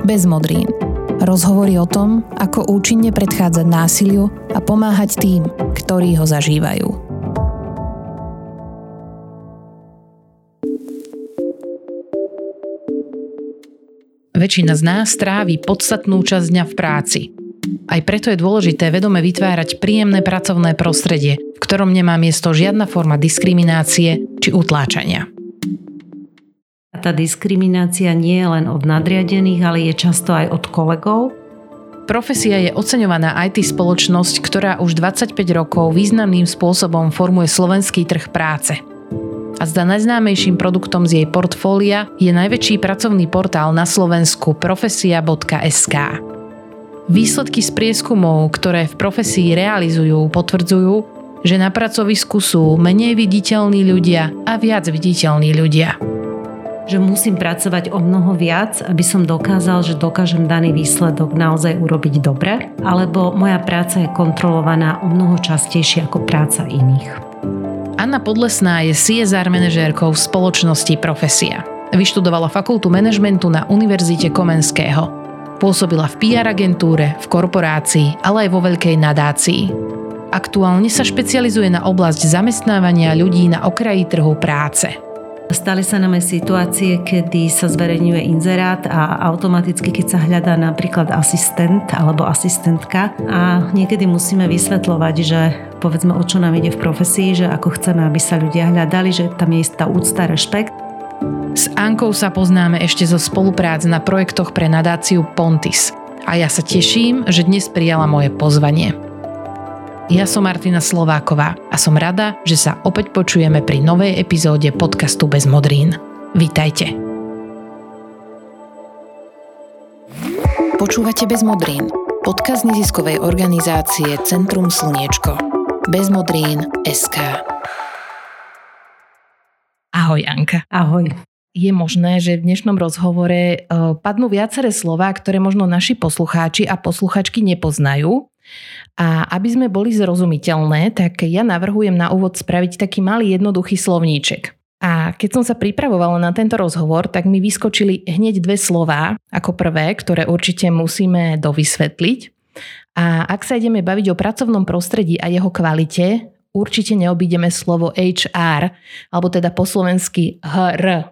Bez modrín. Rozhovory o tom, ako účinne predchádzať násiliu a pomáhať tým, ktorí ho zažívajú. Väčšina z nás trávi podstatnú časť dňa v práci. Aj preto je dôležité vedome vytvárať príjemné pracovné prostredie, v ktorom nemá miesto žiadna forma diskriminácie či utláčania. Tá diskriminácia nie je len od nadriadených, ale je často aj od kolegov. Profesia je oceňovaná IT spoločnosť, ktorá už 25 rokov významným spôsobom formuje slovenský trh práce. A zda najznámejším produktom z jej portfólia je najväčší pracovný portál na Slovensku profesia.sk. Výsledky z prieskumov, ktoré v profesii realizujú, potvrdzujú, že na pracovisku sú menej viditeľní ľudia a viac viditeľní ľudia. Že musím pracovať o mnoho viac, aby som dokázal, že dokážem daný výsledok naozaj urobiť dobre, alebo moja práca je kontrolovaná o mnoho častejšie ako práca iných. Anna Podlesná je CSR manažérkou v spoločnosti Profesia. Vyštudovala fakultu manažmentu na Univerzite Komenského. Pôsobila v PR agentúre, v korporácii, ale aj vo veľkej nadácii. Aktuálne sa špecializuje na oblasť zamestnávania ľudí na okraji trhu práce. Stali sa nám aj situácie, kedy sa zverejňuje inzerát a automaticky, keď sa hľadá napríklad asistent alebo asistentka a niekedy musíme vysvetľovať, že povedzme, o čo nám ide v profesii, že ako chceme, aby sa ľudia hľadali, že tam je istá úcta, rešpekt. S Ankou sa poznáme ešte zo spoluprác na projektoch pre nadáciu Pontis a ja sa teším, že dnes prijala moje pozvanie. Ja som Martina Slováková a som rada, že sa opäť počujeme pri novej epizóde podcastu Bez modrín. Vítajte. Počúvate Bez modrín, podcast neziskovej organizácie Centrum Slniečko. Bezmodrín.sk. Ahoj, Anka. Ahoj. Je možné, že v dnešnom rozhovore padnú viaceré slová, ktoré možno naši poslucháči a posluchačky nepoznajú. A aby sme boli zrozumiteľné, tak ja navrhujem na úvod spraviť taký malý jednoduchý slovníček. A keď som sa pripravovala na tento rozhovor, tak mi vyskočili hneď dve slová ako prvé, ktoré určite musíme dovysvetliť. A ak sa ideme baviť o pracovnom prostredí a jeho kvalite, určite neobídeme slovo HR, alebo teda po slovensky HR.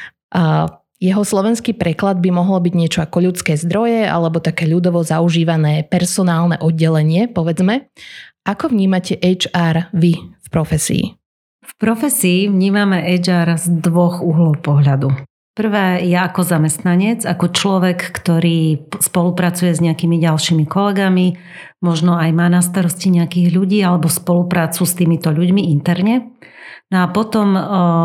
Jeho slovenský preklad by mohol byť niečo ako ľudské zdroje alebo také ľudovo zaužívané personálne oddelenie, povedzme. Ako vnímate HR vy v profesii? V profesii vnímame HR z dvoch uhlov pohľadu. Prvé, ja ako zamestnanec, ako človek, ktorý spolupracuje s nejakými ďalšími kolegami, možno aj má na starosti nejakých ľudí alebo spoluprácu s týmito ľuďmi interne. No a potom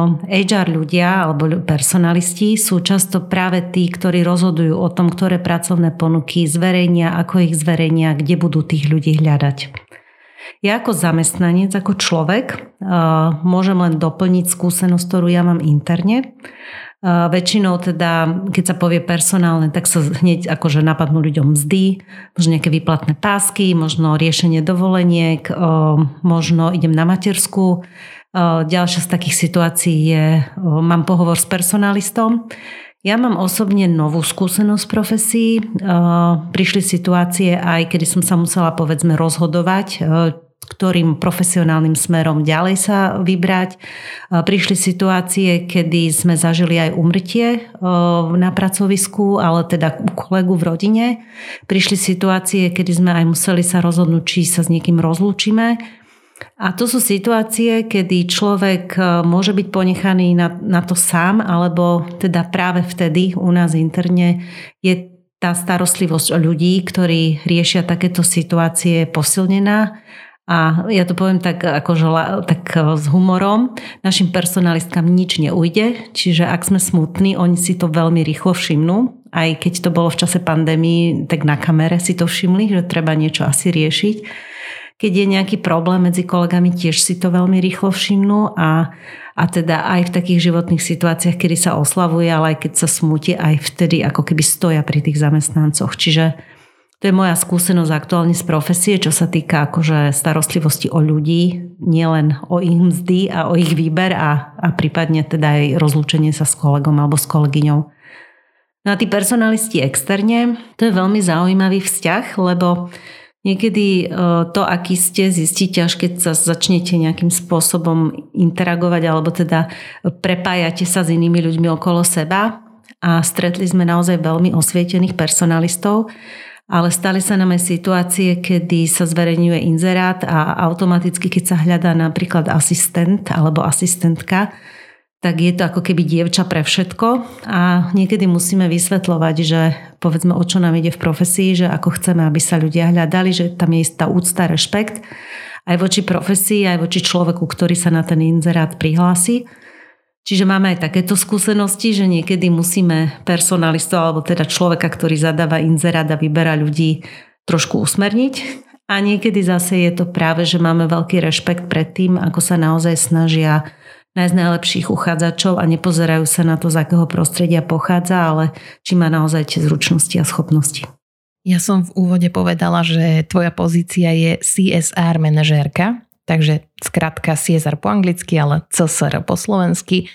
HR ľudia alebo personalisti sú často práve tí, ktorí rozhodujú o tom, ktoré pracovné ponuky zverejnia, ako ich zverejnia, kde budú tých ľudí hľadať. Ja ako zamestnanec, ako človek môžem len doplniť skúsenosť, ktorú ja mám interne. Väčšinou teda, keď sa povie personálne, tak sa hneď akože napadnú ľuďom mzdy, možno nejaké výplatné pásky, možno riešenie dovoleniek, možno idem na matersku. Ďalšia z takých situácií je, mám pohovor s personalistom. Ja mám osobne novú skúsenosť v profesii. Prišli situácie aj, kedy som sa musela povedzme rozhodovať, ktorým profesionálnym smerom ďalej sa vybrať. Prišli situácie, kedy sme zažili aj úmrtie na pracovisku, ale teda u kolegu v rodine. Prišli situácie, kedy sme aj museli sa rozhodnúť, či sa s niekým rozlúčime. A to sú situácie, kedy človek môže byť ponechaný na to sám, alebo teda práve vtedy u nás interne je tá starostlivosť o ľudí, ktorí riešia takéto situácie posilnená. A ja to poviem tak, tak s humorom, našim personalistkám nič neujde, čiže ak sme smutní, oni si to veľmi rýchlo všimnú. Aj keď to bolo v čase pandémii, tak na kamere si to všimli, že treba niečo asi riešiť. Keď je nejaký problém medzi kolegami, tiež si to veľmi rýchlo všimnú a teda aj v takých životných situáciách, kedy sa oslavuje, ale aj keď sa smúti, aj vtedy ako keby stoja pri tých zamestnancoch. Čiže to je moja skúsenosť aktuálne z profesie, čo sa týka akože starostlivosti o ľudí, nielen o ich mzdy a o ich výber a prípadne teda aj rozlúčenie sa s kolegom alebo s kolegyňou. No a tí personalisti externe, to je veľmi zaujímavý vzťah, lebo niekedy to, aký ste, zistíte, až keď sa začnete nejakým spôsobom interagovať alebo teda prepájate sa s inými ľuďmi okolo seba a stretli sme naozaj veľmi osvietených personalistov, ale stali sa nám aj situácie, kedy sa zverejňuje inzerát a automaticky, keď sa hľadá napríklad asistent alebo asistentka, tak je to ako keby dievča pre všetko a niekedy musíme vysvetľovať, že povedzme, o čo nám ide v profesii, že ako chceme, aby sa ľudia hľadali, že tam je istá úcta, rešpekt aj voči profesii, aj voči človeku, ktorý sa na ten inzerát prihlási. Čiže máme aj takéto skúsenosti, že niekedy musíme personalistu alebo teda človeka, ktorý zadáva inzerát a vyberá ľudí, trošku usmerniť. A niekedy zase je to práve, že máme veľký rešpekt pred tým, ako sa naozaj snažia nájsť najlepších uchádzačov a nepozerajú sa na to, z akého prostredia pochádza, ale či má naozaj tie zručnosti a schopnosti. Ja som v úvode povedala, že tvoja pozícia je CSR manažérka, takže skratka CSR po anglicky, ale CSR po slovensky.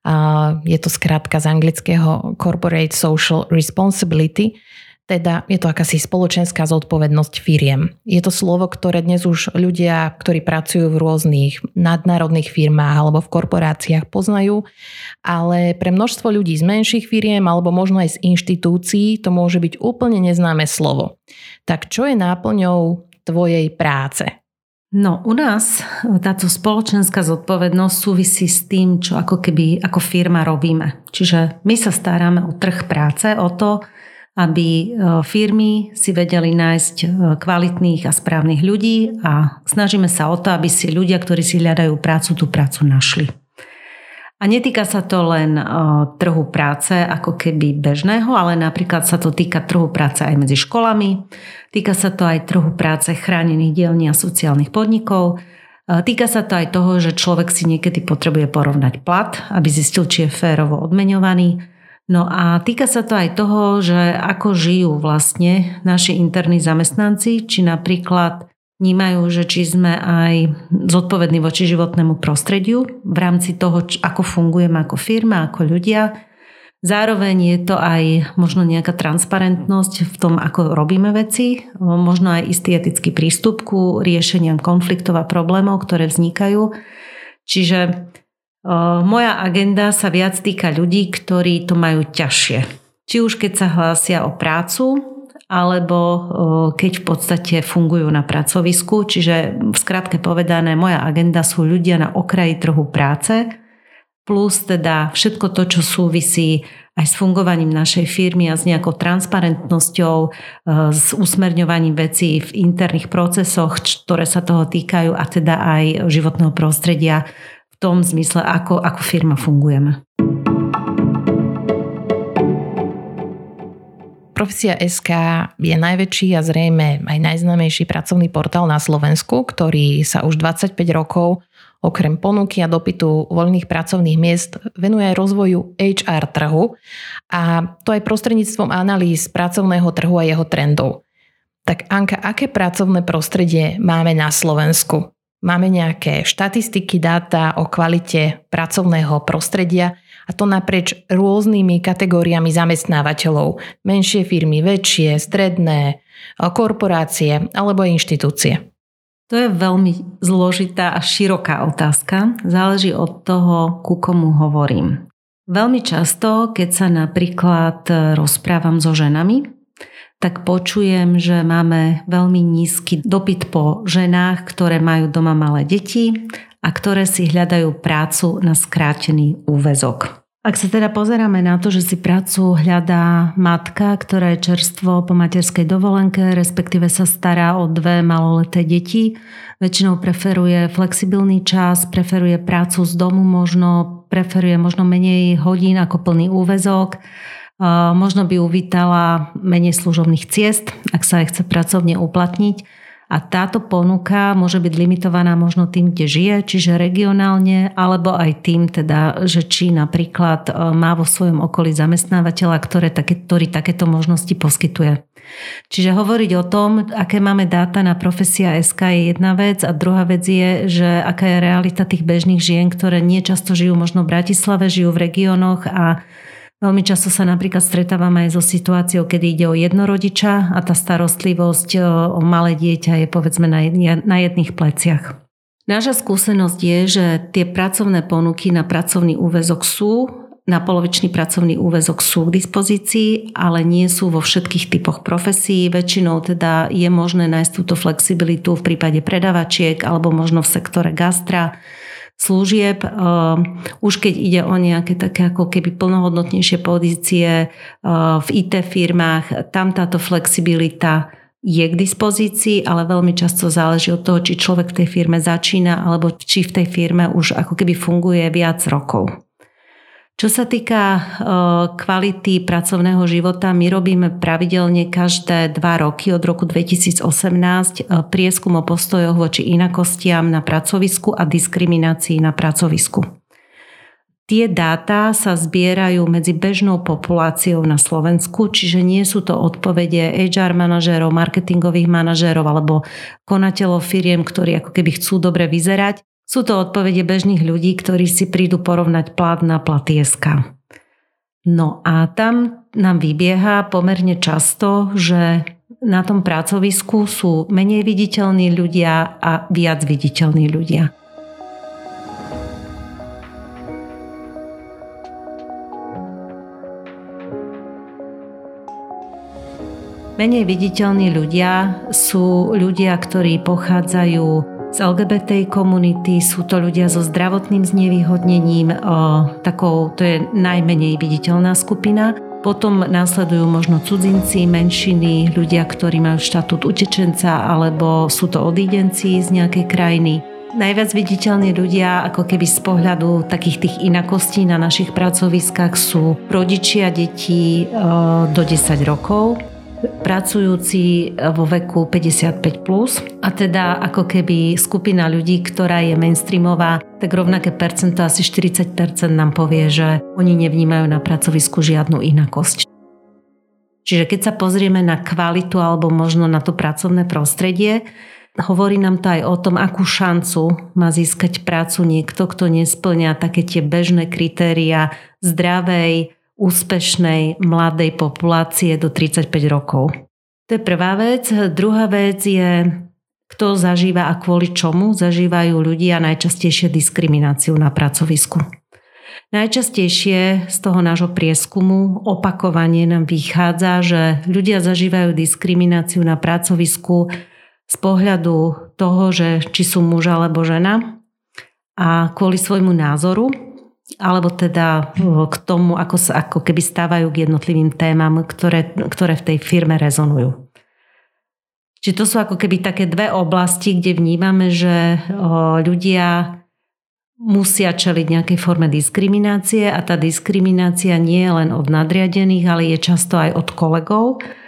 Je to skratka z anglického Corporate Social Responsibility, teda je to akási spoločenská zodpovednosť firiem. Je to slovo, ktoré dnes už ľudia, ktorí pracujú v rôznych nadnárodných firmách alebo v korporáciách poznajú, ale pre množstvo ľudí z menších firiem alebo možno aj z inštitúcií to môže byť úplne neznáme slovo. Tak čo je náplňou tvojej práce? No u nás táto spoločenská zodpovednosť súvisí s tým, čo ako firma robíme. Čiže my sa staráme o trh práce, o to, aby firmy si vedeli nájsť kvalitných a správnych ľudí a snažíme sa o to, aby si ľudia, ktorí si hľadajú prácu, tú prácu našli. A netýka sa to len trhu práce ako keby bežného, ale napríklad sa to týka trhu práce aj medzi školami, týka sa to aj trhu práce chránených dielní a sociálnych podnikov, týka sa to aj toho, že človek si niekedy potrebuje porovnať plat, aby zistil, či je férovo odmeňovaný. No a týka sa to aj toho, že ako žijú vlastne naši interní zamestnanci, či napríklad vnímajú, že či sme aj zodpovední voči životnému prostrediu v rámci toho, ako fungujeme ako firma, ako ľudia. Zároveň je to aj možno nejaká transparentnosť v tom, ako robíme veci, možno aj istý etický prístup ku riešeniam konfliktov a problémov, ktoré vznikajú. Čiže moja agenda sa viac týka ľudí, ktorí to majú ťažšie. Či už keď sa hlásia o prácu, alebo keď v podstate fungujú na pracovisku. Čiže v skratke povedané, moja agenda sú ľudia na okraji trhu práce, plus teda všetko to, čo súvisí aj s fungovaním našej firmy a s nejakou transparentnosťou, s usmerňovaním vecí v interných procesoch, ktoré sa toho týkajú a teda aj životného prostredia v tom zmysle, ako firma fungujeme. Profesia.sk je najväčší a zrejme aj najznámejší pracovný portál na Slovensku, ktorý sa už 25 rokov okrem ponuky a dopytu voľných pracovných miest venuje aj rozvoju HR trhu a to aj prostredníctvom analýz pracovného trhu a jeho trendov. Tak Anka, aké pracovné prostredie máme na Slovensku? Máme nejaké štatistiky, dáta o kvalite pracovného prostredia a to naprieč rôznymi kategóriami zamestnávateľov. Menšie firmy, väčšie, stredné, korporácie alebo inštitúcie. To je veľmi zložitá a široká otázka. Záleží od toho, ku komu hovorím. Veľmi často, keď sa napríklad rozprávam so ženami, tak počujem, že máme veľmi nízky dopyt po ženách, ktoré majú doma malé deti a ktoré si hľadajú prácu na skrátený úväzok. Ak sa teda pozeráme na to, že si prácu hľadá matka, ktorá je čerstvo po materskej dovolenke, respektíve sa stará o 2 maloleté deti, väčšinou preferuje flexibilný čas, preferuje prácu z domu, preferuje možno menej hodín ako plný úväzok, možno by uvítala menej služobných ciest, ak sa aj chce pracovne uplatniť. A táto ponuka môže byť limitovaná možno tým, kde žije, čiže regionálne, alebo aj tým, teda, že či napríklad má vo svojom okolí zamestnávateľa, ktorý takéto možnosti poskytuje. Čiže hovoriť o tom, aké máme dáta na Profesia.sk je jedna vec a druhá vec je, že aká je realita tých bežných žien, ktoré nie často žijú možno v Bratislave, žijú v regiónoch a Veľmi často sa napríklad stretávame aj so situáciou, kedy ide o jednorodiča a tá starostlivosť o malé dieťa je povedzme na jedných pleciach. Naša skúsenosť je, že tie pracovné ponuky na pracovný úväzok na polovičný pracovný úväzok sú k dispozícii, ale nie sú vo všetkých typoch profesí. Väčšinou teda je možné nájsť túto flexibilitu v prípade predavačiek alebo možno v sektore gastra, služieb. Už keď ide o nejaké také ako keby plnohodnotnejšie pozície v IT firmách, tam táto flexibilita je k dispozícii, ale veľmi často záleží od toho, či človek v tej firme začína alebo či v tej firme už ako keby funguje viac rokov. Čo sa týka kvality pracovného života, my robíme pravidelne každé 2 roky od roku 2018 prieskum o postojoch voči inakostiam na pracovisku a diskriminácii na pracovisku. Tie dáta sa zbierajú medzi bežnou populáciou na Slovensku, čiže nie sú to odpovede HR manažérov, marketingových manažérov alebo konateľov firiem, ktorí ako keby chcú dobre vyzerať. Sú to odpovede bežných ľudí, ktorí si prídu porovnať plat na Platiska. No a tam nám vybieha pomerne často, že na tom pracovisku sú menej viditeľní ľudia a viac viditeľní ľudia. Menej viditeľní ľudia sú ľudia, ktorí pochádzajú z LGBT komunity, sú to ľudia so zdravotným znevýhodnením, to je najmenej viditeľná skupina. Potom následujú možno cudzinci, menšiny, ľudia, ktorí majú štatút utečenca alebo sú to odídenci z nejakej krajiny. Najviac viditeľní ľudia, ako keby z pohľadu takých tých inakostí na našich pracoviskách sú rodičia detí do 10 rokov, pracujúci vo veku 55+, a teda ako keby skupina ľudí, ktorá je mainstreamová, tak rovnaké percento, asi 40% nám povie, že oni nevnímajú na pracovisku žiadnu inakosť. Čiže keď sa pozrieme na kvalitu alebo možno na to pracovné prostredie, hovorí nám to aj o tom, akú šancu má získať prácu niekto, kto nespĺňa také tie bežné kritériá zdravej, úspešnej mladej populácie do 35 rokov. To je prvá vec. Druhá vec je, kto zažíva a kvôli čomu zažívajú ľudia najčastejšie diskrimináciu na pracovisku. Najčastejšie z toho nášho prieskumu opakovane nám vychádza, že ľudia zažívajú diskrimináciu na pracovisku z pohľadu toho, že či sú muž alebo žena a kvôli svojmu názoru, alebo teda k tomu, ako keby stávajú k jednotlivým témam, ktoré v tej firme rezonujú. Čiže to sú ako keby také dve oblasti, kde vnímame, že ľudia musia čeliť nejakej forme diskriminácie a tá diskriminácia nie je len od nadriadených, ale je často aj od kolegov.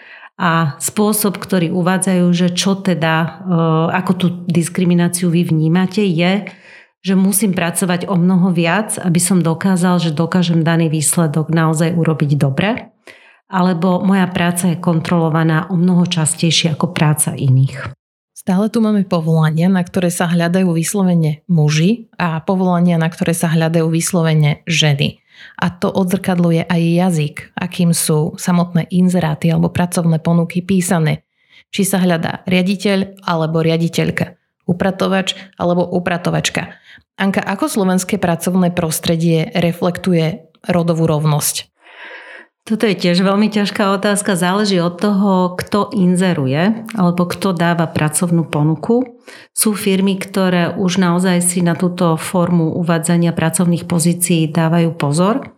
A spôsob, ktorý uvádzajú, že čo teda, ako tú diskrimináciu vy vnímate, je, že musím pracovať o mnoho viac, aby som dokázal, že dokážem daný výsledok naozaj urobiť dobre, alebo moja práca je kontrolovaná o mnoho častejšie ako práca iných. Stále tu máme povolania, na ktoré sa hľadajú vyslovene muži a povolania, na ktoré sa hľadajú vyslovene ženy. A to odzrkadluje aj jazyk, akým sú samotné inzeráty alebo pracovné ponuky písané. Či sa hľadá riaditeľ alebo riaditeľka, upratovač alebo upratovačka. Anka, ako slovenské pracovné prostredie reflektuje rodovú rovnosť? Toto je tiež veľmi ťažká otázka. Záleží od toho, kto inzeruje alebo kto dáva pracovnú ponuku. Sú firmy, ktoré už naozaj si na túto formu uvádzania pracovných pozícií dávajú pozor.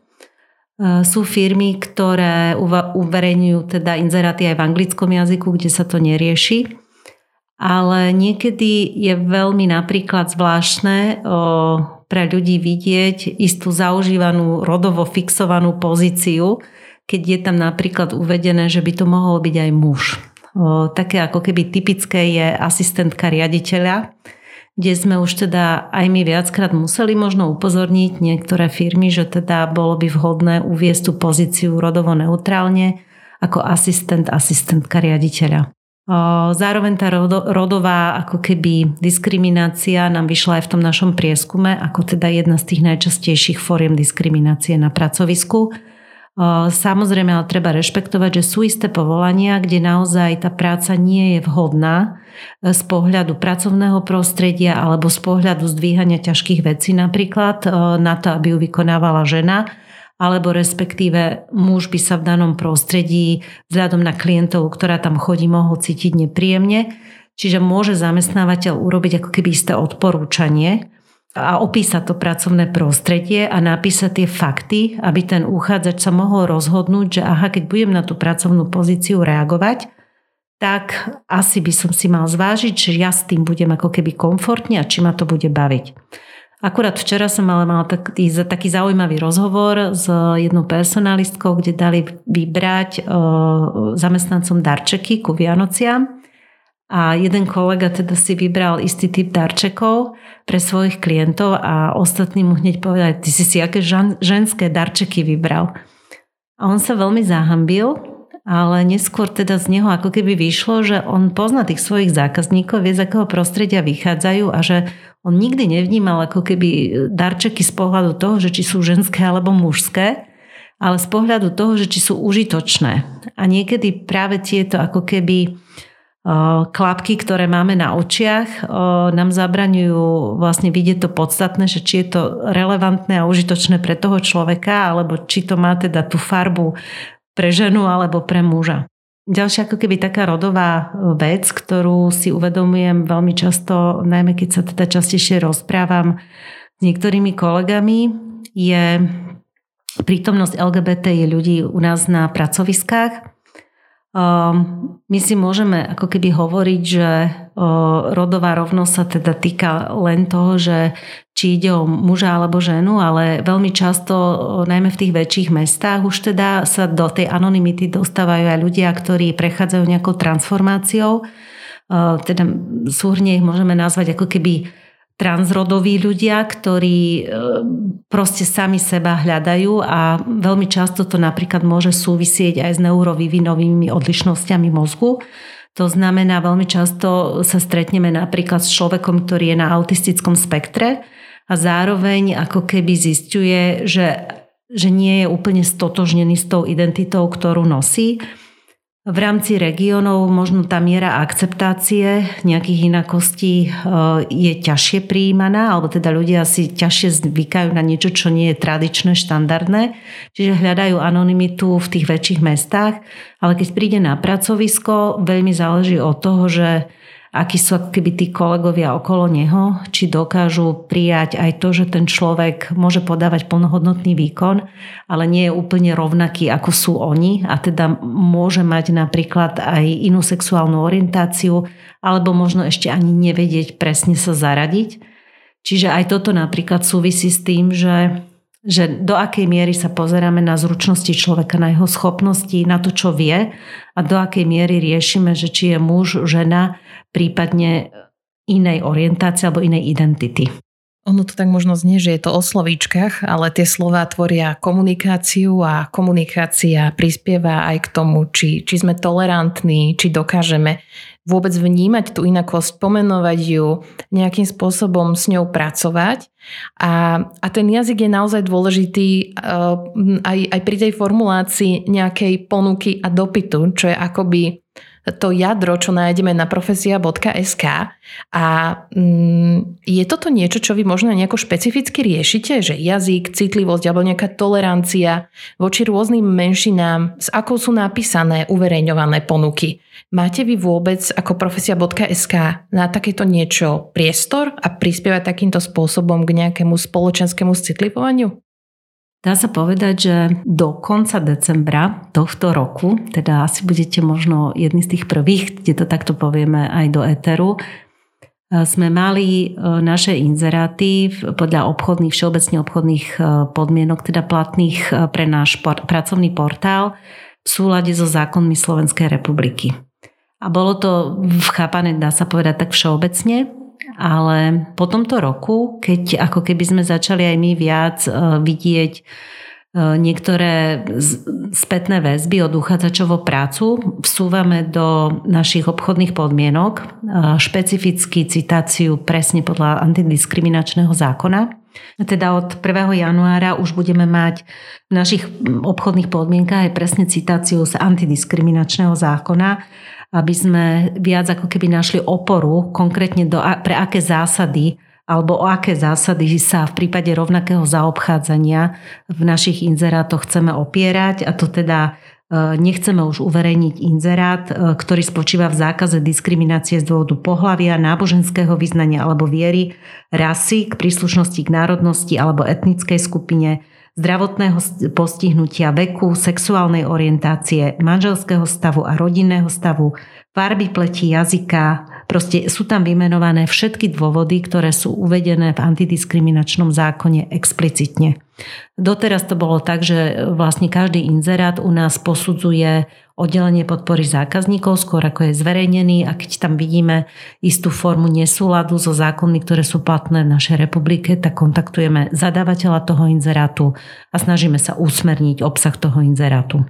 Sú firmy, ktoré uverejňujú teda inzeráty aj v anglickom jazyku, kde sa to nerieši. Ale niekedy je veľmi napríklad zvláštne pre ľudí vidieť istú zaužívanú rodovo fixovanú pozíciu, keď je tam napríklad uvedené, že by to mohol byť aj muž. Také ako keby typické je asistentka riaditeľa, kde sme už teda aj my viackrát museli možno upozorniť niektoré firmy, že teda bolo by vhodné uviesť tú pozíciu rodovo neutrálne ako asistentka riaditeľa. Zároveň tá rodová ako keby diskriminácia nám vyšla aj v tom našom prieskume, ako teda jedna z tých najčastejších fóriem diskriminácie na pracovisku. Samozrejme, ale treba rešpektovať, že sú isté povolania, kde naozaj tá práca nie je vhodná z pohľadu pracovného prostredia alebo z pohľadu zdvíhania ťažkých vecí napríklad na to, aby ju vykonávala žena, alebo respektíve muž by sa v danom prostredí vzhľadom na klientov, ktorá tam chodí, mohol cítiť nepríjemne. Čiže môže zamestnávateľ urobiť ako keby isté odporúčanie a opísať to pracovné prostredie a napísať tie fakty, aby ten uchádzač sa mohol rozhodnúť, že aha, keď budem na tú pracovnú pozíciu reagovať, tak asi by som si mal zvážiť, že ja s tým budem ako keby komfortne a či ma to bude baviť. Akurát včera som mala taký zaujímavý rozhovor s jednou personalistkou, kde dali vybrať zamestnancom darčeky ku Vianociam. A jeden kolega teda si vybral istý typ darčekov pre svojich klientov a ostatní mu hneď povedali, ty si aké ženské darčeky vybral. A on sa veľmi zahanbil, ale neskôr teda z neho ako keby vyšlo, že on pozná tých svojich zákazníkov, vie z akého prostredia vychádzajú a že on nikdy nevnímal ako keby darčeky z pohľadu toho, že či sú ženské alebo mužské, ale z pohľadu toho, že či sú užitočné. A niekedy práve tieto ako keby klapky, ktoré máme na očiach, nám zabraňujú vlastne vidieť to podstatné, že či je to relevantné a užitočné pre toho človeka, alebo či to má teda tú farbu pre ženu alebo pre muža. Ďalšia ako keby taká rodová vec, ktorú si uvedomujem veľmi často, najmä keď sa teda častejšie rozprávam s niektorými kolegami, je prítomnosť LGBTI ľudí u nás na pracoviskách. My si môžeme ako keby hovoriť, že rodová rovnosť sa teda týka len toho, že či ide o muža alebo ženu, ale veľmi často, najmä v tých väčších mestách, už teda sa do tej anonymity dostávajú aj ľudia, ktorí prechádzajú nejakou transformáciou. Teda súhrne ich môžeme nazvať ako keby transrodoví ľudia, ktorí proste sami seba hľadajú a veľmi často to napríklad môže súvisieť aj s neurovývinovými odlišnosťami mozgu. To znamená, veľmi často sa stretneme napríklad s človekom, ktorý je na autistickom spektre a zároveň ako keby zisťuje, že nie je úplne stotožnený s tou identitou, ktorú nosí. V rámci regiónov možno tá miera akceptácie nejakých inakostí je ťažšie prijímaná, alebo teda ľudia si ťažšie zvykajú na niečo, čo nie je tradičné, štandardné. Čiže hľadajú anonymitu v tých väčších mestách, ale keď príde na pracovisko, veľmi záleží od toho, že akí sú ako keby tí kolegovia okolo neho, či dokážu prijať aj to, že ten človek môže podávať plnohodnotný výkon, ale nie je úplne rovnaký, ako sú oni a teda môže mať napríklad aj inú sexuálnu orientáciu alebo možno ešte ani nevedieť presne sa zaradiť. Čiže aj toto napríklad súvisí s tým, že do akej miery sa pozeráme na zručnosti človeka, na jeho schopnosti, na to, čo vie a do akej miery riešime, že či je muž, žena, prípadne inej orientácie alebo inej identity. Ono to tak možno znie, že je to o slovíčkach, ale tie slová tvoria komunikáciu a komunikácia prispieva aj k tomu, či sme tolerantní, či dokážeme vôbec vnímať tú inakosť, pomenovať ju, nejakým spôsobom s ňou pracovať. A ten jazyk je naozaj dôležitý aj pri tej formulácii nejakej ponuky a dopytu, čo je akoby to jadro, čo nájdeme na profesia.sk. A je toto niečo, čo vy možno nejako špecificky riešite? Že jazyk, citlivosť alebo nejaká tolerancia voči rôznym menšinám, s akou sú napísané, uverejňované ponuky? Máte vy vôbec ako profesia.sk na takéto niečo priestor a prispievať takýmto spôsobom k nejakému spoločenskému citlivovaniu? Dá sa povedať, že do konca decembra tohto roku, teda asi budete možno jedni z tých prvých, kde to takto povieme aj do éteru, sme mali naše inzeráty podľa všeobecne obchodných podmienok, teda platných pre náš pracovný portál v súlade so zákonmi Slovenskej republiky. A bolo to chápané, dá sa povedať, tak všeobecne. Ale po tomto roku, keď ako keby sme začali aj my viac vidieť niektoré spätné väzby od uchádzačov o prácu, vsúvame do našich obchodných podmienok špecificky citáciu presne podľa antidiskriminačného zákona. Teda od 1. januára už budeme mať v našich obchodných podmienkach aj presne citáciu z antidiskriminačného zákona, aby sme viac ako keby našli oporu konkrétne pre aké zásady alebo o aké zásady sa v prípade rovnakého zaobchádzania v našich inzerátoch chceme opierať, a to teda nechceme už uverejniť inzerát, ktorý spočíva v zákaze diskriminácie z dôvodu pohlavia, náboženského vyznania alebo viery, rasy, k príslušnosti k národnosti alebo etnickej skupine, zdravotného postihnutia, veku, sexuálnej orientácie, manželského stavu a rodinného stavu, farby pleti, jazyka. Proste sú tam vymenované všetky dôvody, ktoré sú uvedené v antidiskriminačnom zákone explicitne. Doteraz to bolo tak, že vlastne každý inzerát u nás posudzuje oddelenie podpory zákazníkov skôr ako je zverejnený, a keď tam vidíme istú formu nesúladu so zákonmi, ktoré sú platné v našej republike, tak kontaktujeme zadávateľa toho inzerátu a snažíme sa usmerniť obsah toho inzerátu.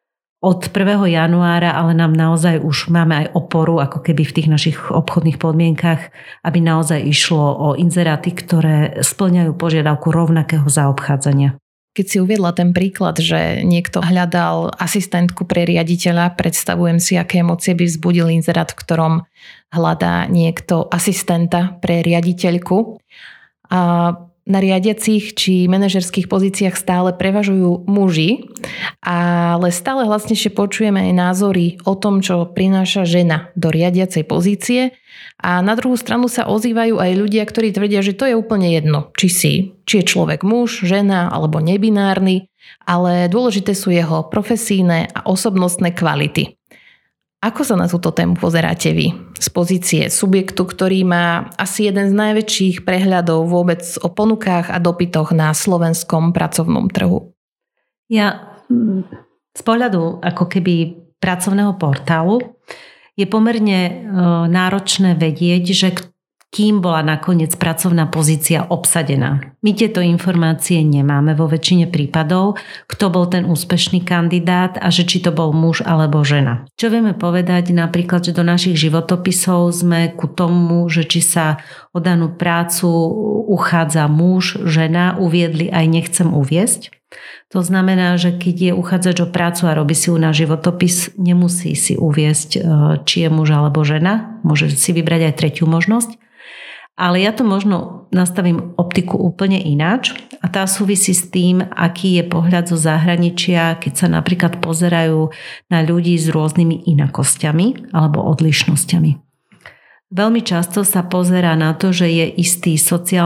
Od 1. januára ale nám naozaj už máme aj oporu ako keby v tých našich obchodných podmienkach, aby naozaj išlo o inzeráty, ktoré spĺňajú požiadavku rovnakého zaobchádzania. Keď si uviedla ten príklad, že niekto hľadal asistentku pre riaditeľa, predstavujem si, aké emócie by vzbudil inzerát, v ktorom hľadá niekto asistenta pre riaditeľku. A na riadiacich či manažerských pozíciách stále prevažujú muži, ale stále hlasnejšie počujeme aj názory o tom, čo prináša žena do riadiacej pozície, a na druhú stranu sa ozývajú aj ľudia, ktorí tvrdia, že to je úplne jedno, či je človek muž, žena alebo nebinárny, ale dôležité sú jeho profesijné a osobnostné kvality. Ako sa na túto tému pozeráte vy? Z pozície subjektu, ktorý má asi jeden z najväčších prehľadov vôbec o ponukách a dopytoch na slovenskom pracovnom trhu. Ja z pohľadu ako keby pracovného portálu je pomerne náročné vedieť, že kým bola nakoniec pracovná pozícia obsadená. My tieto informácie nemáme vo väčšine prípadov, kto bol ten úspešný kandidát a že či to bol muž alebo žena. Čo vieme povedať napríklad, že do našich životopisov sme ku tomu, že či sa o danú prácu uchádza muž, žena, uviedli aj nechcem uviesť. To znamená, že keď je uchádzač o prácu a robí si u nás životopis, nemusí si uviesť, či je muž alebo žena. Môže si vybrať aj tretiu možnosť. Ale ja to možno nastavím optiku úplne ináč, a tá súvisí s tým, aký je pohľad zo zahraničia, keď sa napríklad pozerajú na ľudí s rôznymi inakosťami alebo odlišnosťami. Veľmi často sa pozerá na to, že je istý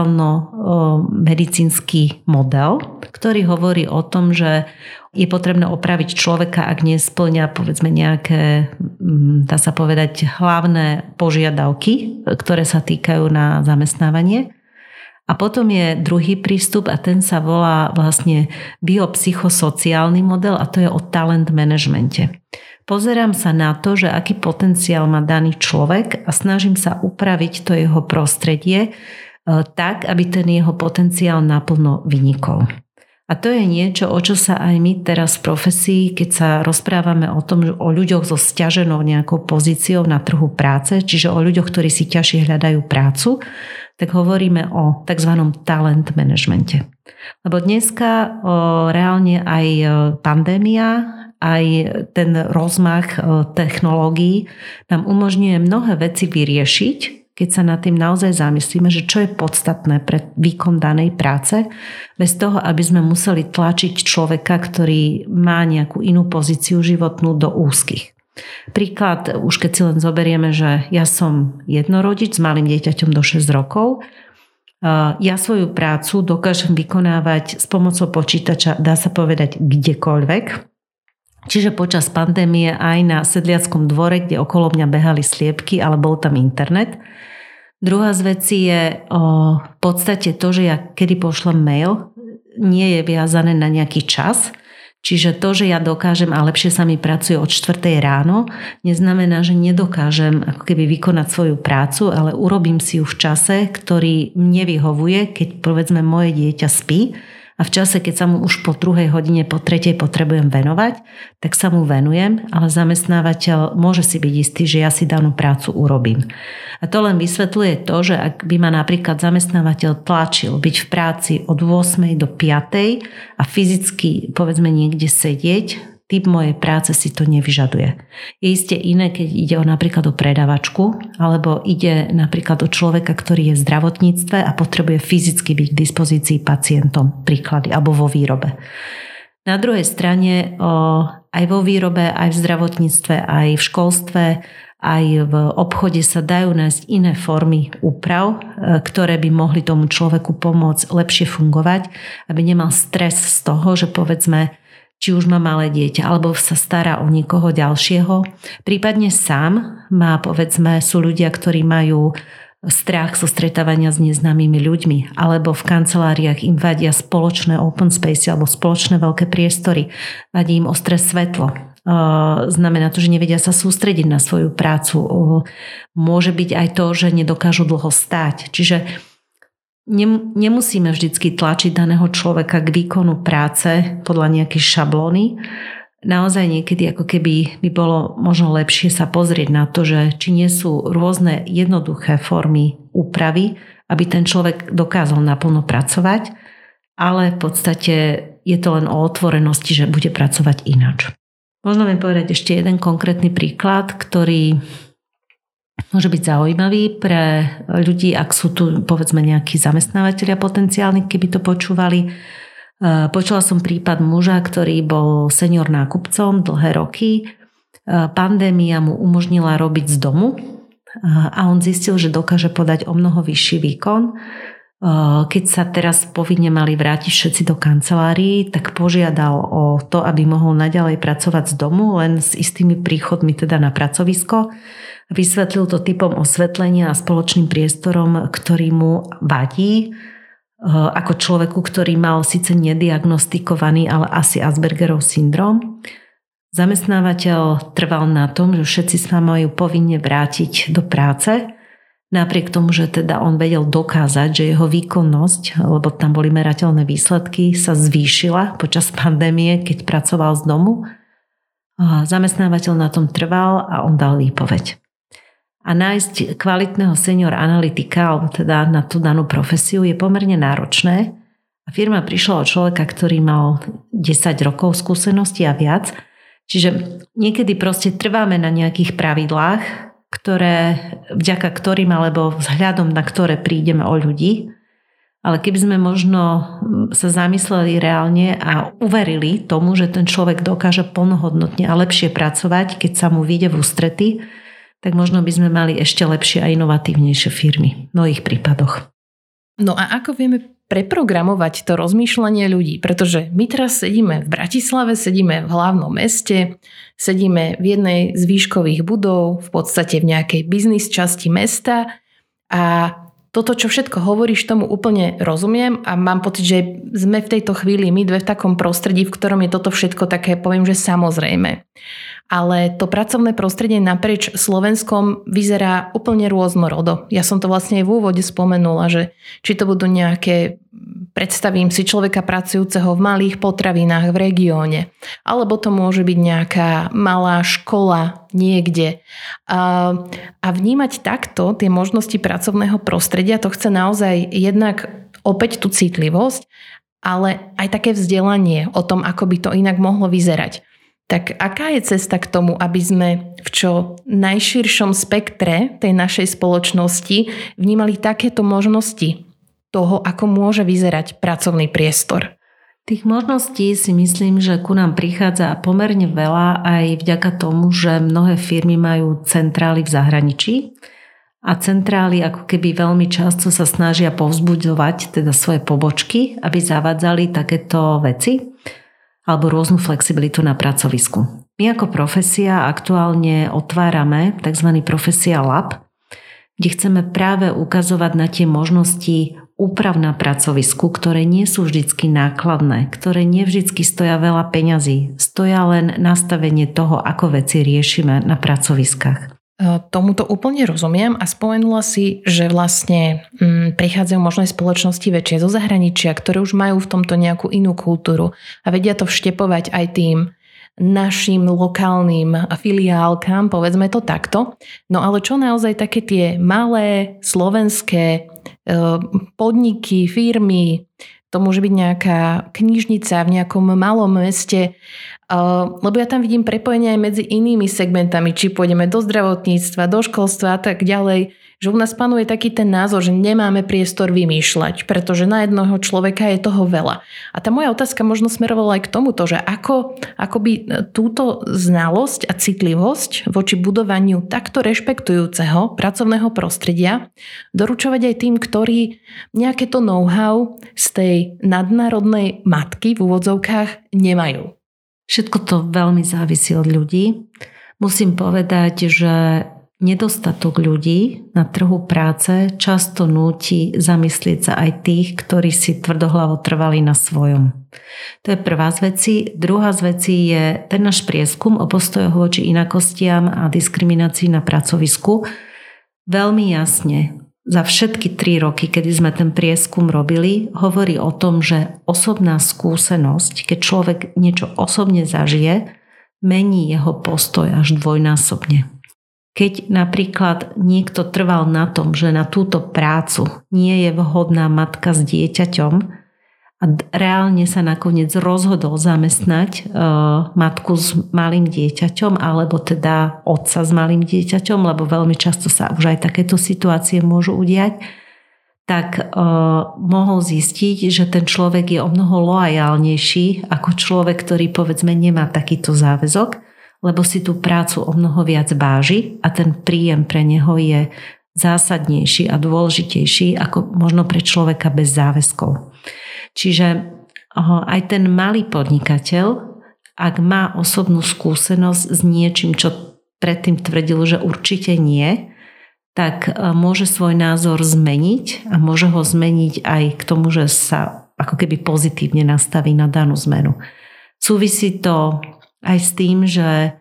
sociálno-medicínsky model, ktorý hovorí o tom, že je potrebné opraviť človeka, ak nespĺňa povedzme nejaké, dá sa povedať, hlavné požiadavky, ktoré sa týkajú na zamestnávanie. A potom je druhý prístup, a ten sa volá vlastne biopsychosociálny model, a to je o talent manažmente. Pozerám sa na to, že aký potenciál má daný človek a snažím sa upraviť to jeho prostredie tak, aby ten jeho potenciál naplno vynikol. A to je niečo, o čo sa aj my teraz v profesii, keď sa rozprávame o tom, o ľuďoch so sťaženou nejakou pozíciou na trhu práce, čiže o ľuďoch, ktorí si ťažšie hľadajú prácu, tak hovoríme o tzv. Talent manažmente. Lebo dneska reálne aj pandémia, aj ten rozmach technológií nám umožňuje mnohé veci vyriešiť, keď sa nad tým naozaj zamyslíme, že čo je podstatné pre výkon danej práce, bez toho, aby sme museli tlačiť človeka, ktorý má nejakú inú pozíciu životnú, do úzkých. Príklad, už keď si len zoberieme, že ja som jednorodič s malým dieťaťom do 6 rokov, ja svoju prácu dokážem vykonávať s pomocou počítača, dá sa povedať, kdekoľvek. Čiže počas pandémie aj na sedliackom dvore, kde okolo mňa behali sliepky, ale bol tam internet. Druhá z vecí je v podstate to, že ja kedy pošlem mail, nie je viazané na nejaký čas. Čiže to, že ja dokážem a lepšie sa mi pracuje od 4 ráno, neznamená, že nedokážem ako keby vykonať svoju prácu, ale urobím si ju v čase, ktorý mne vyhovuje, keď povedzme moje dieťa spí, a v čase, keď sa mu už po 2 hodine, po 3 potrebujem venovať, tak sa mu venujem, ale zamestnávateľ môže si byť istý, že ja si danú prácu urobím. A to len vysvetľuje to, že ak by ma napríklad zamestnávateľ tlačil byť v práci od 8 do 5 a fyzicky povedzme niekde sedieť, typ mojej práce si to nevyžaduje. Je iste iné, keď ide napríklad o predavačku, alebo ide napríklad o človeka, ktorý je v zdravotníctve a potrebuje fyzicky byť k dispozícii pacientom, príklady, alebo vo výrobe. Na druhej strane aj vo výrobe, aj v zdravotníctve, aj v školstve, aj v obchode sa dajú nájsť iné formy úprav, ktoré by mohli tomu človeku pomôcť lepšie fungovať, aby nemal stres z toho, že povedzme, či už má malé dieťa, alebo sa stará o niekoho ďalšieho. Prípadne sám má, povedzme, sú ľudia, ktorí majú strach zo stretávania s neznámymi ľuďmi, alebo v kanceláriách im vadia spoločné open space alebo spoločné veľké priestory. Vadí im ostré svetlo. Znamená to, že nevedia sa sústrediť na svoju prácu. Môže byť aj to, že nedokážu dlho stáť. Čiže nemusíme vždycky tlačiť daného človeka k výkonu práce podľa nejakej šablóny. Naozaj niekedy ako keby by bolo možno lepšie sa pozrieť na to, že či nie sú rôzne jednoduché formy úpravy, aby ten človek dokázal naplno pracovať, ale v podstate je to len o otvorenosti, že bude pracovať ináč. Možno mi povedať ešte jeden konkrétny príklad, ktorý môže byť zaujímavý pre ľudí, ak sú tu povedzme nejakí zamestnávateľia potenciálni, keby to počúvali. Počula som prípad muža, ktorý bol senior nákupcom dlhé roky. Pandémia mu umožnila robiť z domu a on zistil, že dokáže podať o mnoho vyšší výkon. Keď sa teraz povinne mali vrátiť všetci do kancelárií, tak požiadal o to, aby mohol naďalej pracovať z domu, len s istými príchodmi teda na pracovisko. Vysvetlil to typom osvetlenia a spoločným priestorom, ktorý mu vadí, ako človeku, ktorý mal síce nediagnostikovaný, ale asi Aspergerov syndrom. Zamestnávateľ trval na tom, že všetci sa majú povinne vrátiť do práce, napriek tomu, že teda on vedel dokázať, že jeho výkonnosť, lebo tam boli merateľné výsledky, sa zvýšila počas pandémie, keď pracoval z domu. Zamestnávateľ na tom trval a on dal výpoveď. A nájsť kvalitného senior analytika, alebo teda na tú danú profesiu, je pomerne náročné. A firma prišla od človeka, ktorý mal 10 rokov skúsenosti a viac. Čiže niekedy proste trváme na nejakých pravidlách, vďaka ktorým alebo vzhľadom na ktoré prídeme o ľudí. Ale keby sme možno sa zamysleli reálne a uverili tomu, že ten človek dokáže plnohodnotne a lepšie pracovať, keď sa mu vyjde v ústrety, tak možno by sme mali ešte lepšie a inovatívnejšie firmy v mnohých prípadoch. No a ako vieme preprogramovať to rozmýšľanie ľudí? Pretože my teraz sedíme v Bratislave, sedíme v hlavnom meste, sedíme v jednej z výškových budov, v podstate v nejakej biznis časti mesta a toto, čo všetko hovoríš, tomu úplne rozumiem a mám pocit, že sme v tejto chvíli my dve v takom prostredí, v ktorom je toto všetko také, poviem, že samozrejme. Ale to pracovné prostredie naprieč Slovenskom vyzerá úplne rôznorodo. Ja som to vlastne aj v úvode spomenula, že či to budú nejaké, predstavím si človeka pracujúceho v malých potravinách v regióne, alebo to môže byť nejaká malá škola niekde. A vnímať takto tie možnosti pracovného prostredia, to chce naozaj jednak opäť tú citlivosť, ale aj také vzdelanie o tom, ako by to inak mohlo vyzerať. Tak aká je cesta k tomu, aby sme v čo najširšom spektre tej našej spoločnosti vnímali takéto možnosti toho, ako môže vyzerať pracovný priestor? Tých možností si myslím, že ku nám prichádza pomerne veľa aj vďaka tomu, že mnohé firmy majú centrály v zahraničí a centrály ako keby veľmi často sa snažia povzbudzovať teda svoje pobočky, aby zavádzali takéto veci alebo rôznu flexibilitu na pracovisku. My ako profesia aktuálne otvárame tzv. Profesia Lab, kde chceme práve ukazovať na tie možnosti úprav na pracovisku, ktoré nie sú vždycky nákladné, ktoré nie vždycky stoja veľa peňazí, stoja len nastavenie toho, ako veci riešime na pracoviskách. Tomuto úplne rozumiem a spomenula si, že vlastne prichádzajú možno aj spoločnosti väčšie zo zahraničia, ktoré už majú v tomto nejakú inú kultúru a vedia to vštepovať aj tým našim lokálnym filiálkam, povedzme to takto. No ale čo naozaj také tie malé slovenské podniky, firmy, to môže byť nejaká knižnica v nejakom malom meste, lebo ja tam vidím prepojenie aj medzi inými segmentami, či pôjdeme do zdravotníctva, do školstva a tak ďalej, že u nás panuje taký ten názor, že nemáme priestor vymýšľať, pretože na jednoho človeka je toho veľa. A tá moja otázka možno smerovala aj k tomuto, že ako by túto znalosť a citlivosť voči budovaniu takto rešpektujúceho pracovného prostredia doručovať aj tým, ktorí nejaké to know-how z tej nadnárodnej matky v úvodzovkách nemajú. Všetko to veľmi závisí od ľudí. Musím povedať, že nedostatok ľudí na trhu práce často núti zamyslieť sa aj tých, ktorí si tvrdohlavo trvali na svojom. To je prvá z vecí. Druhá z vecí je ten náš prieskum o postojoch voči inakostiam a diskriminácii na pracovisku. Veľmi jasne za všetky 3 roky, kedy sme ten prieskum robili, hovorí o tom, že osobná skúsenosť, keď človek niečo osobne zažije, mení jeho postoj až dvojnásobne. Keď napríklad niekto trval na tom, že na túto prácu nie je vhodná matka s dieťaťom a reálne sa nakoniec rozhodol zamestnať matku s malým dieťaťom alebo teda otca s malým dieťaťom, lebo veľmi často sa už aj takéto situácie môžu udiať, tak mohol zistiť, že ten človek je omnoho loajálnejší ako človek, ktorý povedzme nemá takýto záväzok, lebo si tú prácu omnoho viac váži a ten príjem pre neho je zásadnejší a dôležitejší ako možno pre človeka bez záväzkov. Čiže aj ten malý podnikateľ, ak má osobnú skúsenosť s niečím, čo predtým tvrdil, že určite nie, tak môže svoj názor zmeniť a môže ho zmeniť aj k tomu, že sa ako keby pozitívne nastaví na danú zmenu. Súvisí to aj s tým, že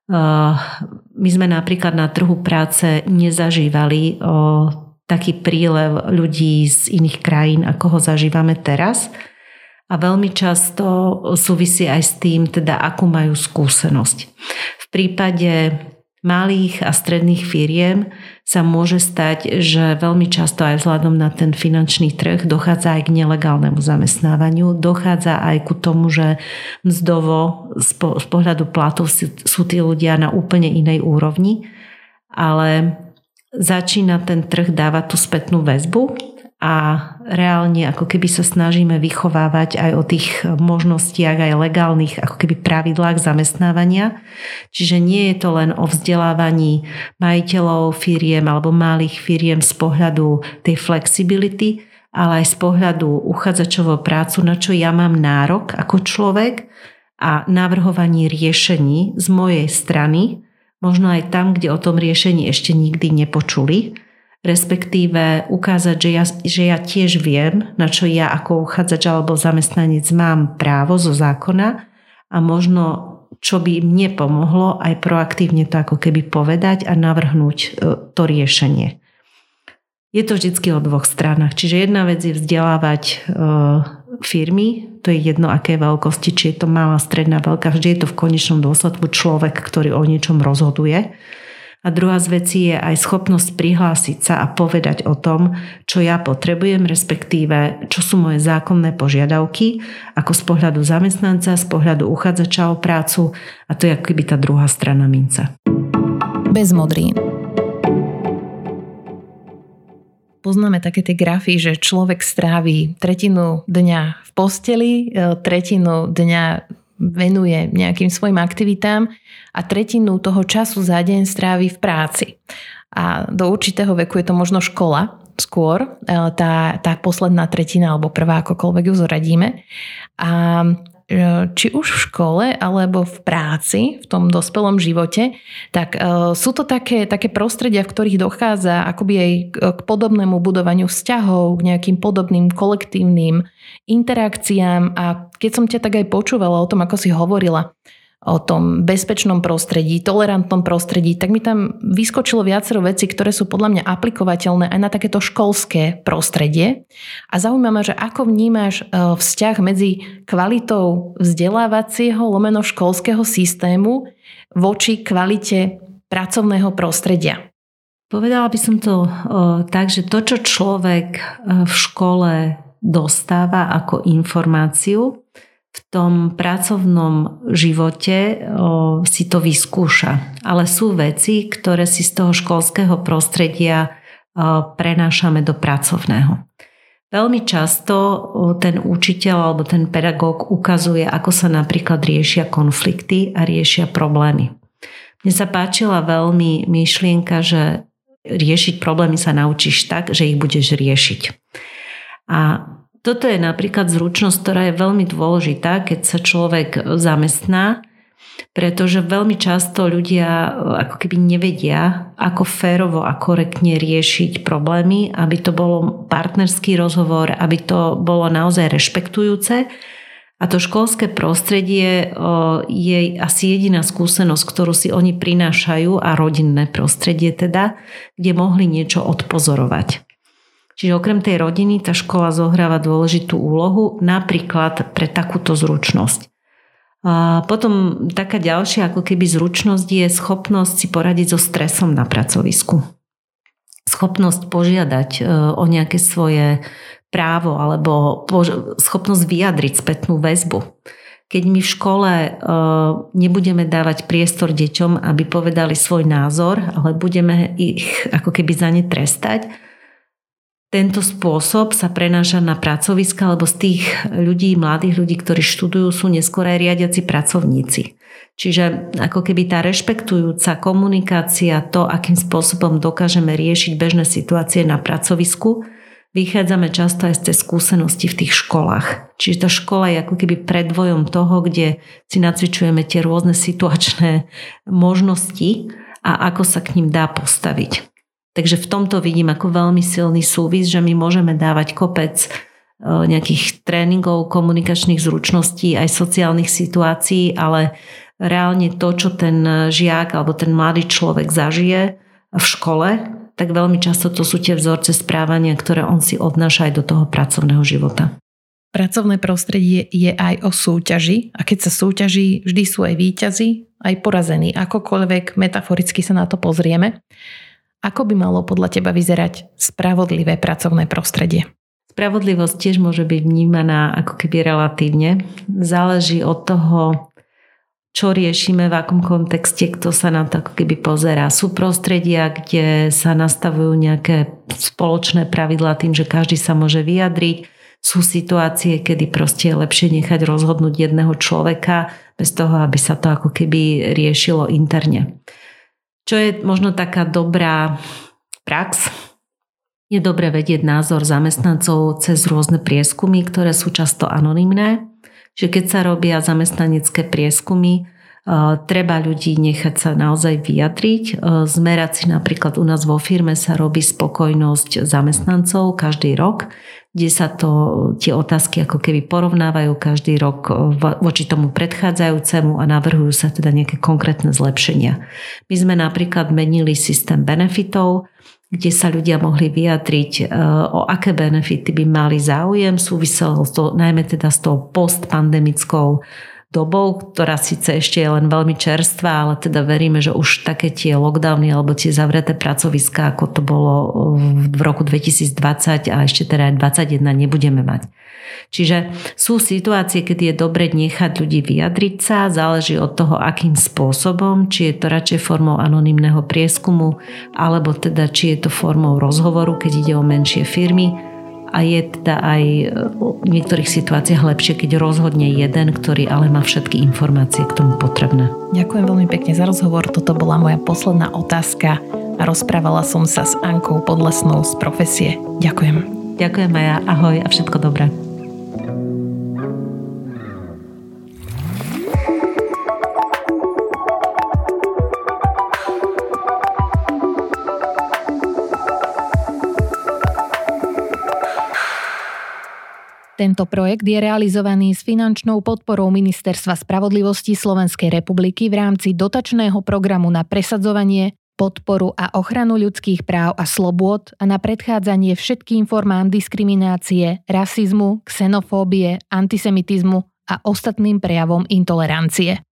my sme napríklad na trhu práce nezažívali taký prílev ľudí z iných krajín, ako ho zažívame teraz. A veľmi často súvisí aj s tým, teda akú majú skúsenosť. V prípade malých a stredných firiem sa môže stať, že veľmi často aj vzhľadom na ten finančný trh dochádza aj k nelegálnemu zamestnávaniu, dochádza aj ku tomu, že mzdovo z pohľadu platov sú tí ľudia na úplne inej úrovni, ale začína ten trh dávať tú spätnú väzbu a reálne ako keby sa snažíme vychovávať aj o tých možnostiach aj legálnych ako keby pravidlách zamestnávania. Čiže nie je to len o vzdelávaní majiteľov firiem alebo malých firiem z pohľadu tej flexibility, ale aj z pohľadu uchádzačov o prácu, na čo ja mám nárok ako človek a navrhovaní riešení z mojej strany, možno aj tam, kde o tom riešení ešte nikdy nepočuli, respektíve ukázať, že ja tiež viem, na čo ja ako uchádzač alebo zamestnanec mám právo zo zákona a možno, čo by mne pomohlo aj proaktívne to ako keby povedať a navrhnúť to riešenie. Je to vždycky o dvoch stranách. Čiže jedna vec je vzdelávať firmy, to je jedno aké veľkosti, či je to malá, stredná, veľká, vždy je to v konečnom dôsledku človek, ktorý o niečom rozhoduje. A druhá z vecí je aj schopnosť prihlásiť sa a povedať o tom, čo ja potrebujem, respektíve čo sú moje zákonné požiadavky, ako z pohľadu zamestnanca, z pohľadu uchádzača o prácu, a to je akoby tá druhá strana mince. Bez modrín. Poznáme také tie grafy, že človek stráví tretinu dňa v posteli, tretinu dňa venuje nejakým svojim aktivitám a tretinu toho času za deň strávi v práci. A do určitého veku je to možno škola skôr, tá posledná tretina alebo prvá, akokoľvek ju zoradíme. A či už v škole alebo v práci, v tom dospelom živote, tak sú to také prostredia, v ktorých dochádza akoby aj k podobnému budovaniu vzťahov, k nejakým podobným kolektívnym interakciám. A keď som ťa tak aj počúvala o tom, ako si hovorila, o tom bezpečnom prostredí, tolerantnom prostredí, tak mi tam vyskočilo viacero vecí, ktoré sú podľa mňa aplikovateľné aj na takéto školské prostredie. A zaujíma ma, že ako vnímaš vzťah medzi kvalitou vzdelávacieho lomeno školského systému voči kvalite pracovného prostredia. Povedala by som to tak, že to, čo človek v škole dostáva ako informáciu, v tom pracovnom živote si to vyskúša. Ale sú veci, ktoré si z toho školského prostredia prenášame do pracovného. Veľmi často ten učiteľ alebo ten pedagóg ukazuje, ako sa napríklad riešia konflikty a riešia problémy. Mne sa páčila veľmi myšlienka, že riešiť problémy sa naučíš tak, že ich budeš riešiť. A toto je napríklad zručnosť, ktorá je veľmi dôležitá, keď sa človek zamestná, pretože veľmi často ľudia ako keby nevedia, ako férovo a korektne riešiť problémy, aby to bolo partnerský rozhovor, aby to bolo naozaj rešpektujúce. A to školské prostredie je asi jediná skúsenosť, ktorú si oni prinášajú, a rodinné prostredie teda, kde mohli niečo odpozorovať. Čiže okrem tej rodiny tá škola zohráva dôležitú úlohu napríklad pre takúto zručnosť. A potom taká ďalšia ako keby zručnosť je schopnosť si poradiť so stresom na pracovisku. Schopnosť požiadať o nejaké svoje právo alebo schopnosť vyjadriť spätnú väzbu. Keď my v škole nebudeme dávať priestor deťom, aby povedali svoj názor, ale budeme ich ako keby za ne trestať, tento spôsob sa prenáša na pracoviska, lebo z tých ľudí, mladých ľudí, ktorí študujú, sú neskôr aj riadiaci pracovníci. Čiže ako keby tá rešpektujúca komunikácia, to, akým spôsobom dokážeme riešiť bežné situácie na pracovisku, vychádzame často aj z tej skúsenosti v tých školách. Čiže tá škola je ako keby predvojom toho, kde si nacvičujeme tie rôzne situačné možnosti a ako sa k ním dá postaviť. Takže v tomto vidím ako veľmi silný súvis, že my môžeme dávať kopec nejakých tréningov, komunikačných zručností, aj sociálnych situácií, ale reálne to, čo ten žiak alebo ten mladý človek zažije v škole, tak veľmi často to sú tie vzorce správania, ktoré on si odnáša aj do toho pracovného života. Pracovné prostredie je aj o súťaži a keď sa súťaží, vždy sú aj víťazi, aj porazení. Akokoľvek metaforicky sa na to pozrieme. Ako by malo podľa teba vyzerať spravodlivé pracovné prostredie? Spravodlivosť tiež môže byť vnímaná ako keby relatívne. Záleží od toho, čo riešime, v akom kontexte, kto sa na to ako keby pozerá. Sú prostredia, kde sa nastavujú nejaké spoločné pravidlá tým, že každý sa môže vyjadriť. Sú situácie, kedy proste je lepšie nechať rozhodnúť jedného človeka bez toho, aby sa to ako keby riešilo interne. Čo je možno taká dobrá prax, je dobre vedieť názor zamestnancov cez rôzne prieskumy, ktoré sú často anonymné. Že keď sa robia zamestnanecké prieskumy, treba ľudí nechať sa naozaj vyjadriť. Zmerať si napríklad u nás vo firme sa robí spokojnosť zamestnancov každý rok, kde sa tie otázky ako keby porovnávajú každý rok voči tomu predchádzajúcemu a navrhujú sa teda nejaké konkrétne zlepšenia. My sme napríklad menili systém benefitov, kde sa ľudia mohli vyjadriť, o aké benefity by mali záujem. Súviselo to najmä teda s tou postpandemickou dobou, ktorá síce ešte je len veľmi čerstvá, ale teda veríme, že už také tie lockdowny alebo tie zavreté pracoviská, ako to bolo v roku 2020 a ešte teda aj 2021 nebudeme mať. Čiže sú situácie, kedy je dobre nechať ľudí vyjadriť sa, záleží od toho, akým spôsobom, či je to radšej formou anonymného prieskumu, alebo teda či je to formou rozhovoru, keď ide o menšie firmy. A je teda aj v niektorých situáciách lepšie, keď rozhodne jeden, ktorý ale má všetky informácie k tomu potrebné. Ďakujem veľmi pekne za rozhovor. Toto bola moja posledná otázka a rozprávala som sa s Ankou Podlesnou z Profesie. Ďakujem. Ďakujem aj ja. Ahoj a všetko dobré. Tento projekt je realizovaný s finančnou podporou Ministerstva spravodlivosti Slovenskej republiky v rámci dotačného programu na presadzovanie, podporu a ochranu ľudských práv a slobôd a na predchádzanie všetkým formám diskriminácie, rasizmu, xenofóbie, antisemitizmu a ostatným prejavom intolerancie.